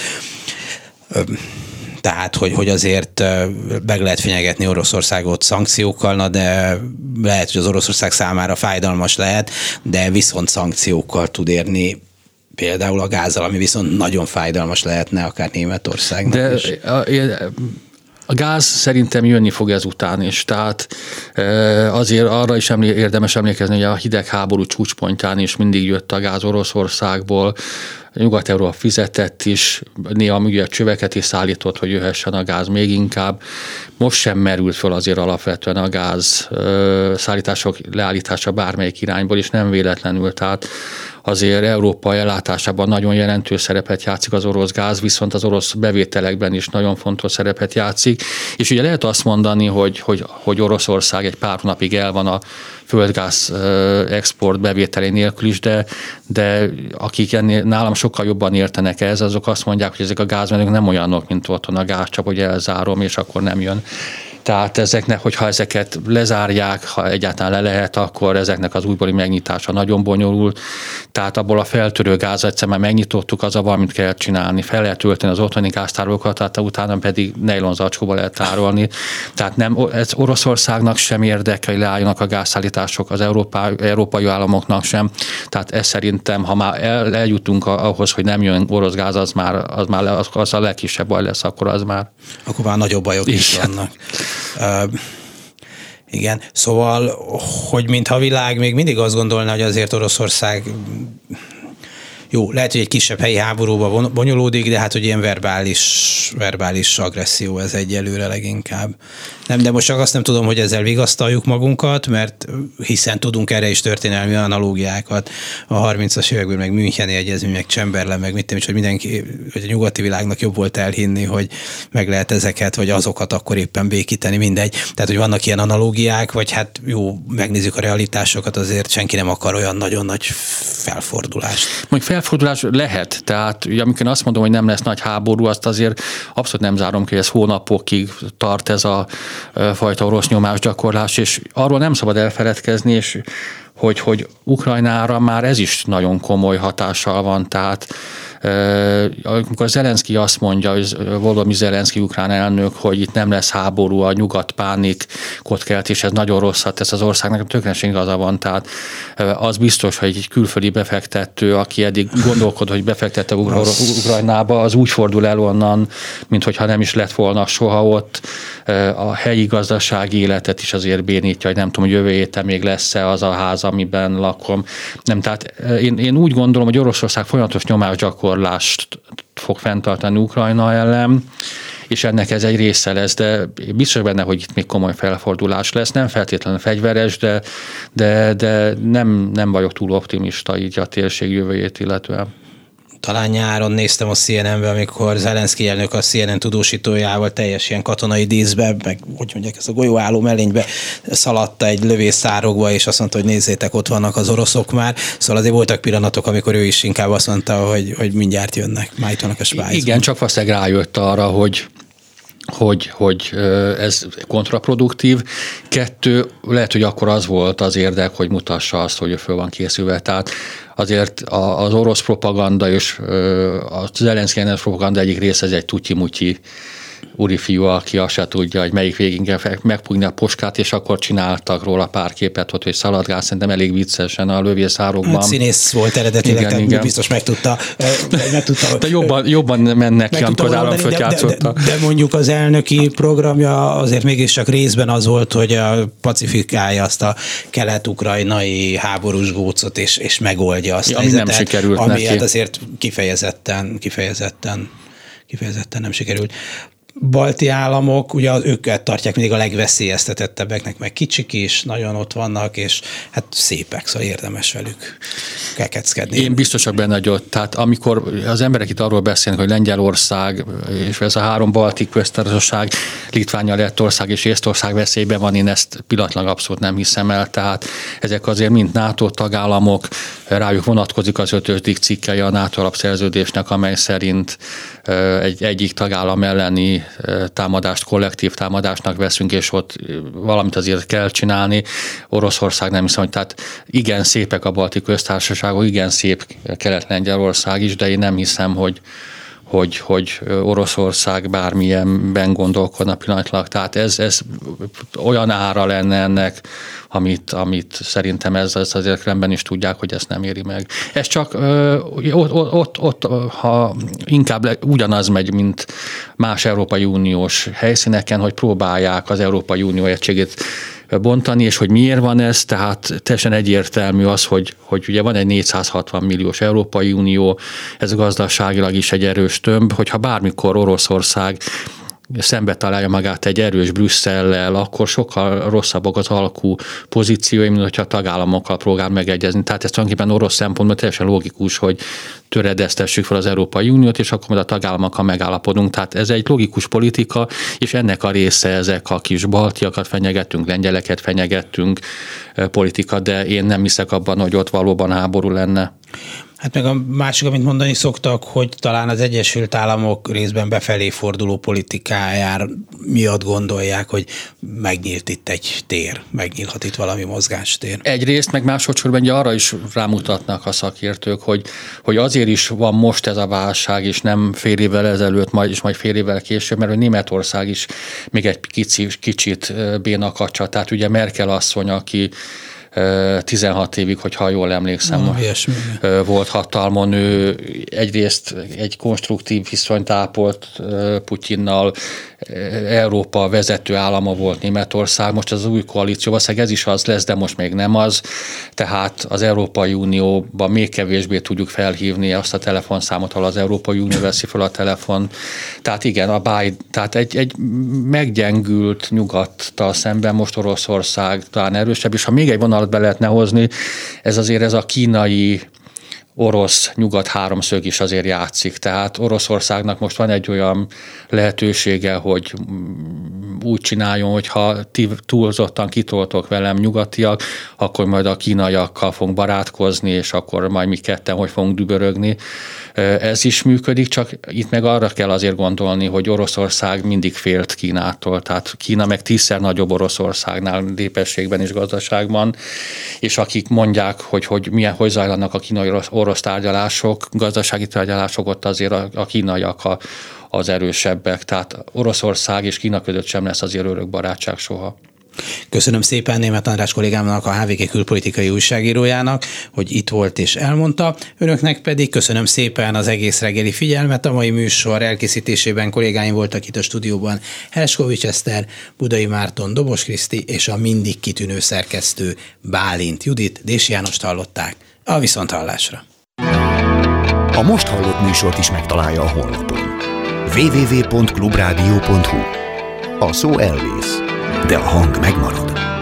Tehát, hogy azért meg lehet fenyegetni Oroszországot szankciókkal, de lehet, hogy az Oroszország számára fájdalmas lehet, de viszont szankciókkal tud érni például a gázzal, ami viszont nagyon fájdalmas lehetne akár Németországnak is. A gáz szerintem jönni fog ezután is, tehát azért arra is érdemes emlékezni, hogy a hidegháború csúcspontján is mindig jött a gáz Oroszországból, Nyugat-Európa fizetett is, néha ugye csöveket is szállított, hogy jöhessen a gáz még inkább. Most sem merült föl azért alapvetően a gáz szállítások leállítása bármelyik irányból, és nem véletlenül, tehát azért Európa ellátásában nagyon jelentős szerepet játszik az orosz gáz, viszont az orosz bevételekben is nagyon fontos szerepet játszik. És ugye lehet azt mondani, hogy Oroszország egy pár napig el van a földgáz export bevételei nélkül is, de akik ennél nálam sokkal jobban értenek ehhez, azok azt mondják, hogy ezek a gázmenők nem olyanok, mint otthon a gázcsap, hogy elzárom, és akkor nem jön. Tehát ezeknek, hogyha ezeket lezárják, ha egyáltalán le lehet, akkor ezeknek az újbóli megnyitása nagyon bonyolult. Tehát abból a feltörő gázat egyszer már megnyitottuk, az a valamit kell csinálni. Fel lehet tölteni az otthoni gáztárolókat, tehát utána pedig nejlon zacskóba lehet tárolni. Tehát nem, ez Oroszországnak sem érdeke, hogy leálljanak a gázszállítások, az európai államoknak sem. Tehát ez szerintem, ha már eljutunk ahhoz, hogy nem jön orosz gáz, az a legkisebb baj lesz, akkor az már. Akkor már nagyobb bajok is vannak. Igen, szóval, hogy mintha a világ még mindig azt gondolna, hogy azért Oroszország jó, lehet, hogy egy kisebb helyi háborúba bonyolódik, de hát, hogy ilyen verbális agresszió ez egyelőre leginkább. Nem, de most csak azt nem tudom, hogy ezzel vigasztaljuk magunkat, mert hiszen tudunk erre is történelmi analógiákat. A 30-as évekből meg Müncheni egyezmény, meg Chamberlain, meg mit tudom, hogy mindenki, hogy a nyugati világnak jobb volt elhinni, hogy meg lehet ezeket, vagy azokat akkor éppen békíteni, mindegy. Tehát, hogy vannak ilyen analógiák, vagy hát jó, megnézzük a realitásokat, azért senki nem akar olyan nagyon nagy felfordulást. Mondjuk felfordulás lehet, tehát amikor azt mondom, hogy nem lesz nagy háború, azt azért abszolút nem zárom ki, hogy ez hónapokig tart ez a fajta orosz nyomásgyakorlás, és arról nem szabad elfeledkezni, és hogy Ukrajnára már ez is nagyon komoly hatással van, tehát amikor Zelenszky azt mondja, hogy Volodymyr Zelenszky ukrán elnök, hogy itt nem lesz háború, a nyugat pánikot kelt, és ez nagyon rosszat tesz az országnak, tökéletesen igaza van, tehát az biztos, hogy egy külföldi befektető, aki eddig gondolkod, hogy befektette Ukrajnába, az úgy fordul el onnan, mint hogyha nem is lett volna soha ott. A helyi gazdasági életet is azért bénítja, hogy nem tudom, hogy jövő héten még lesz-e az a ház, amiben lakom. Nem, tehát én úgy gondolom, hogy Oroszország folyamatos nyomásgyakorlást fog fenntartani Ukrajna ellen, és ennek ez egy része lesz, de biztos benne, hogy itt még komoly felfordulás lesz, nem feltétlenül fegyveres, de nem vagyok túl optimista így a térség jövőjét illetően. Talán nyáron néztem a CNN-be, amikor Zelenszky elnök a CNN tudósítójával teljes ilyen katonai díszbe, meg hogy mondják, ez a golyóálló mellénybe szaladta egy lövészárokba, és azt mondta, hogy nézzétek, ott vannak az oroszok már. Szóval azért voltak pillanatok, amikor ő is inkább azt mondta, hogy mindjárt jönnek, már itt vannak a Svájcban. Igen, csak valószínűleg rájött arra, hogy ez kontraproduktív. 2, lehet, hogy akkor az volt az érdek, hogy mutassa azt, hogy föl van készülve. Tehát azért az orosz propaganda és a Zelenszky ellenes propaganda egyik része, ez egy tutyi-mutyi úrifiú, aki azt se tudja, hogy melyik végén megpújni a poskát, és akkor csináltak róla pár képet, hogy szaladgál, szerintem elég viccesen a lövészárokban. Hát színész volt eredetileg, tehát biztos megtudta. De jobban mennek ki, amikor az államfőt játszottak. De mondjuk az elnöki programja azért mégiscsak részben az volt, hogy pacifikálja azt a kelet-ukrajnai háborús gócot, és megoldja azt a helyzetet, nem sikerült ami neki. Hát azért kifejezetten nem sikerült. Balti államok, ugye őket tartják mindig a legveszélyeztetettebbeknek, meg kicsik is, nagyon ott vannak, és hát szépek, szóval érdemes velük kekeckedni. Én biztosak benne, hogy ott, tehát amikor az emberek itt arról beszélnek, hogy Lengyelország, és ez a 3 balti köztársaság, Litvánia, Lettország és Észtország veszélyben van, én ezt pillanatlag abszolút nem hiszem el, tehát ezek azért mind NATO tagállamok, rájuk vonatkozik az 5. cikkei a NATO alapszerződésnek, amely szerint egyik tagállam elleni támadást kollektív támadásnak veszünk, és ott valamit azért kell csinálni. Oroszország nem hiszem, hogy tehát igen szépek a balti köztársaságok, igen szép Kelet-Lengyelország is, de én nem hiszem, hogy Oroszország bármilyenben gondolkodna pillanatlag. Tehát ez olyan ára lenne ennek, amit szerintem ez az értelemben is tudják, hogy ezt nem éri meg. Ez csak ott ha inkább ugyanaz megy, mint más Európai Uniós helyszíneken, hogy próbálják az Európai Unió egységét bontani, és hogy miért van ez, tehát teljesen egyértelmű az, hogy ugye van egy 460 milliós Európai Unió, ez gazdaságilag is egy erős tömb, hogyha bármikor Oroszország szembe találja magát egy erős Brüsszellel, akkor sokkal rosszabbak az alkú pozíciói, mint hogyha a tagállamokkal próbál megegyezni. Tehát ez tulajdonképpen orosz szempontból teljesen logikus, hogy töredeztessük fel az Európai Uniót, és akkor majd a tagállamokkal megállapodunk. Tehát ez egy logikus politika, és ennek a része ezek a kis baltiakat fenyegettünk, lengyeleket fenyegettünk politika, de én nem hiszek abban, hogy ott valóban háború lenne. Hát meg a másik, amit mondani szoktak, hogy talán az Egyesült Államok részben befelé forduló politikájára miatt gondolják, hogy megnyílt itt egy tér, megnyílhat itt valami mozgástér. Egyrészt, meg másodszorban ugye arra is rámutatnak a szakértők, hogy azért is van most ez a válság, és nem fél évvel ezelőtt, majd fél évvel később, mert hogy Németország is még egy kicsit bénakacsa. Tehát ugye Merkel asszony, aki 16 évig, hogyha jól emlékszem, volt hatalmon. Ő egyrészt egy konstruktív viszonyt ápolt Putyinnal, Európa vezető állama volt Németország, most az új koalíció, valószínűleg ez is az lesz, de most még nem az, tehát az Európai Unióban még kevésbé tudjuk felhívni azt a telefonszámot, ahol az Európai Unió veszi fel a telefon. Tehát igen, tehát egy meggyengült nyugattal szemben most Oroszország talán erősebb, és ha még egy vonalat be lehetne hozni, ez azért ez a kínai orosz-nyugat háromszög is azért játszik. Tehát Oroszországnak most van egy olyan lehetősége, hogy úgy csináljon, hogyha ti túlzottan kitoltok velem nyugatiak, akkor majd a kínaiakkal fogunk barátkozni, és akkor majd mi ketten hogy fogunk dübörögni. Ez is működik, csak itt meg arra kell azért gondolni, hogy Oroszország mindig félt Kínától, tehát Kína meg 10-szer nagyobb Oroszországnál népességben és gazdaságban, és akik mondják, hogy hogy zajlanak a kínai-orosz tárgyalások, gazdasági tárgyalások, ott azért a kínaiak az erősebbek, tehát Oroszország és Kína között sem lesz azért örök barátság soha. Köszönöm szépen Németh András kollégámnak, a HVG külpolitikai újságírójának, hogy itt volt és elmondta. Önöknek pedig köszönöm szépen az egész reggeli figyelmet. A mai műsor elkészítésében kollégáim voltak itt a stúdióban Herskovics Eszter, Budai Márton, Dobos Kriszti és a mindig kitűnő szerkesztő Bálint Judit. Dési Jánost hallották. A viszonthallásra. A most hallott műsort is megtalálja a honlapon. www.clubradio.hu. A szó elvész, de a hang megmarad.